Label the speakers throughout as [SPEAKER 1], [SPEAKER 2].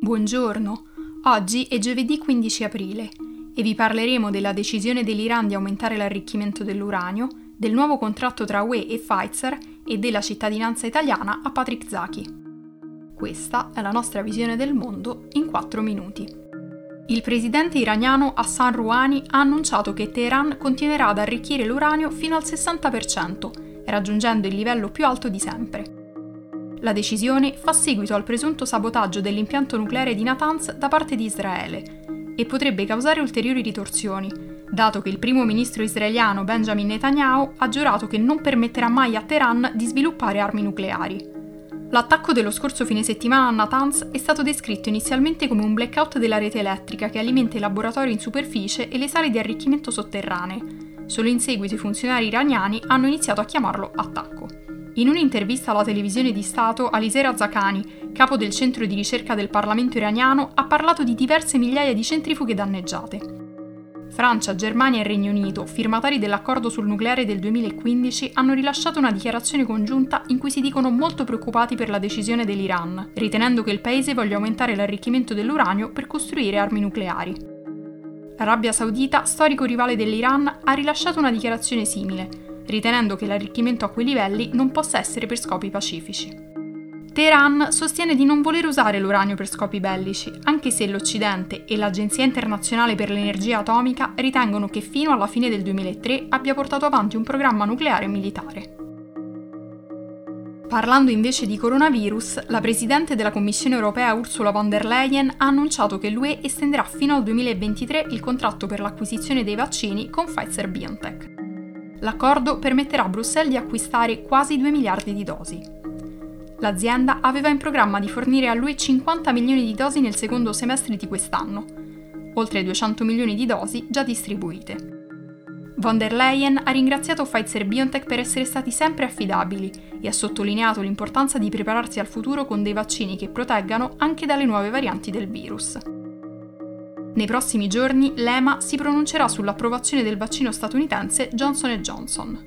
[SPEAKER 1] Buongiorno, oggi è giovedì 15 aprile e vi parleremo della decisione dell'Iran di aumentare l'arricchimento dell'uranio, del nuovo contratto tra UE e Pfizer e della cittadinanza italiana a Patrick Zaki. Questa è la nostra visione del mondo in 4 minuti. Il presidente iraniano Hassan Rouhani ha annunciato che Teheran continuerà ad arricchire l'uranio fino al 60%, raggiungendo il livello più alto di sempre. La decisione fa seguito al presunto sabotaggio dell'impianto nucleare di Natanz da parte di Israele e potrebbe causare ulteriori ritorsioni, dato che il primo ministro israeliano Benjamin Netanyahu ha giurato che non permetterà mai a Teheran di sviluppare armi nucleari. L'attacco dello scorso fine settimana a Natanz è stato descritto inizialmente come un blackout della rete elettrica che alimenta i laboratori in superficie e le sale di arricchimento sotterranee. Solo in seguito i funzionari iraniani hanno iniziato a chiamarlo attacco. In un'intervista alla televisione di Stato, Alisher Azakani, capo del centro di ricerca del Parlamento iraniano, ha parlato di diverse migliaia di centrifughe danneggiate. Francia, Germania e Regno Unito, firmatari dell'accordo sul nucleare del 2015, hanno rilasciato una dichiarazione congiunta in cui si dicono molto preoccupati per la decisione dell'Iran, ritenendo che il paese voglia aumentare l'arricchimento dell'uranio per costruire armi nucleari. L'Arabia Saudita, storico rivale dell'Iran, ha rilasciato una dichiarazione simile, ritenendo che l'arricchimento a quei livelli non possa essere per scopi pacifici. Teheran sostiene di non voler usare l'uranio per scopi bellici, anche se l'Occidente e l'Agenzia Internazionale per l'Energia Atomica ritengono che fino alla fine del 2003 abbia portato avanti un programma nucleare militare. Parlando invece di coronavirus, la Presidente della Commissione Europea Ursula von der Leyen ha annunciato che l'UE estenderà fino al 2023 il contratto per l'acquisizione dei vaccini con Pfizer-BioNTech. L'accordo permetterà a Bruxelles di acquistare quasi 2 miliardi di dosi. L'azienda aveva in programma di fornire a lui 50 milioni di dosi nel secondo semestre di quest'anno, oltre 200 milioni di dosi già distribuite. Von der Leyen ha ringraziato Pfizer-BioNTech per essere stati sempre affidabili e ha sottolineato l'importanza di prepararsi al futuro con dei vaccini che proteggano anche dalle nuove varianti del virus. Nei prossimi giorni l'EMA si pronuncerà sull'approvazione del vaccino statunitense Johnson & Johnson.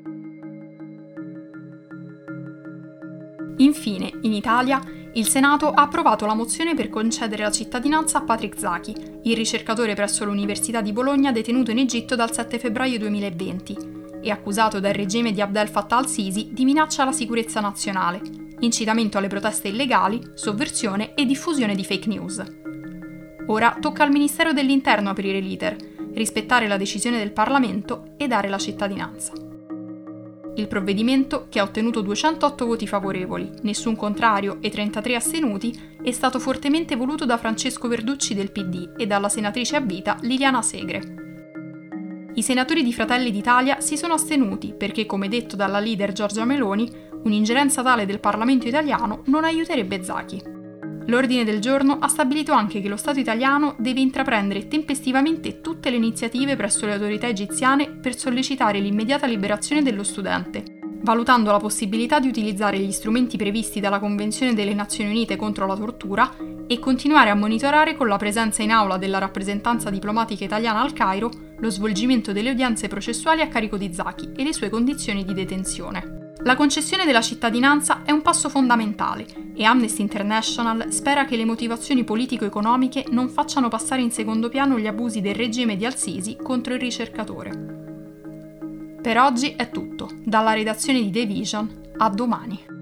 [SPEAKER 1] Infine, in Italia, il Senato ha approvato la mozione per concedere la cittadinanza a Patrick Zaki, il ricercatore presso l'Università di Bologna detenuto in Egitto dal 7 febbraio 2020 e accusato dal regime di Abdel Fattah al-Sisi di minaccia alla sicurezza nazionale, incitamento alle proteste illegali, sovversione e diffusione di fake news. Ora tocca al Ministero dell'Interno aprire l'iter, rispettare la decisione del Parlamento e dare la cittadinanza. Il provvedimento, che ha ottenuto 208 voti favorevoli, nessun contrario e 33 astenuti, è stato fortemente voluto da Francesco Verducci del PD e dalla senatrice a vita Liliana Segre. I senatori di Fratelli d'Italia si sono astenuti perché, come detto dalla leader Giorgia Meloni, un'ingerenza tale del Parlamento italiano non aiuterebbe Zaki. L'ordine del giorno ha stabilito anche che lo Stato italiano deve intraprendere tempestivamente tutte le iniziative presso le autorità egiziane per sollecitare l'immediata liberazione dello studente, valutando la possibilità di utilizzare gli strumenti previsti dalla Convenzione delle Nazioni Unite contro la tortura e continuare a monitorare con la presenza in aula della rappresentanza diplomatica italiana al Cairo lo svolgimento delle udienze processuali a carico di Zaki e le sue condizioni di detenzione. La concessione della cittadinanza è un passo fondamentale e Amnesty International spera che le motivazioni politico-economiche non facciano passare in secondo piano gli abusi del regime di al-Sisi contro il ricercatore. Per oggi è tutto, dalla redazione di The Vision, a domani.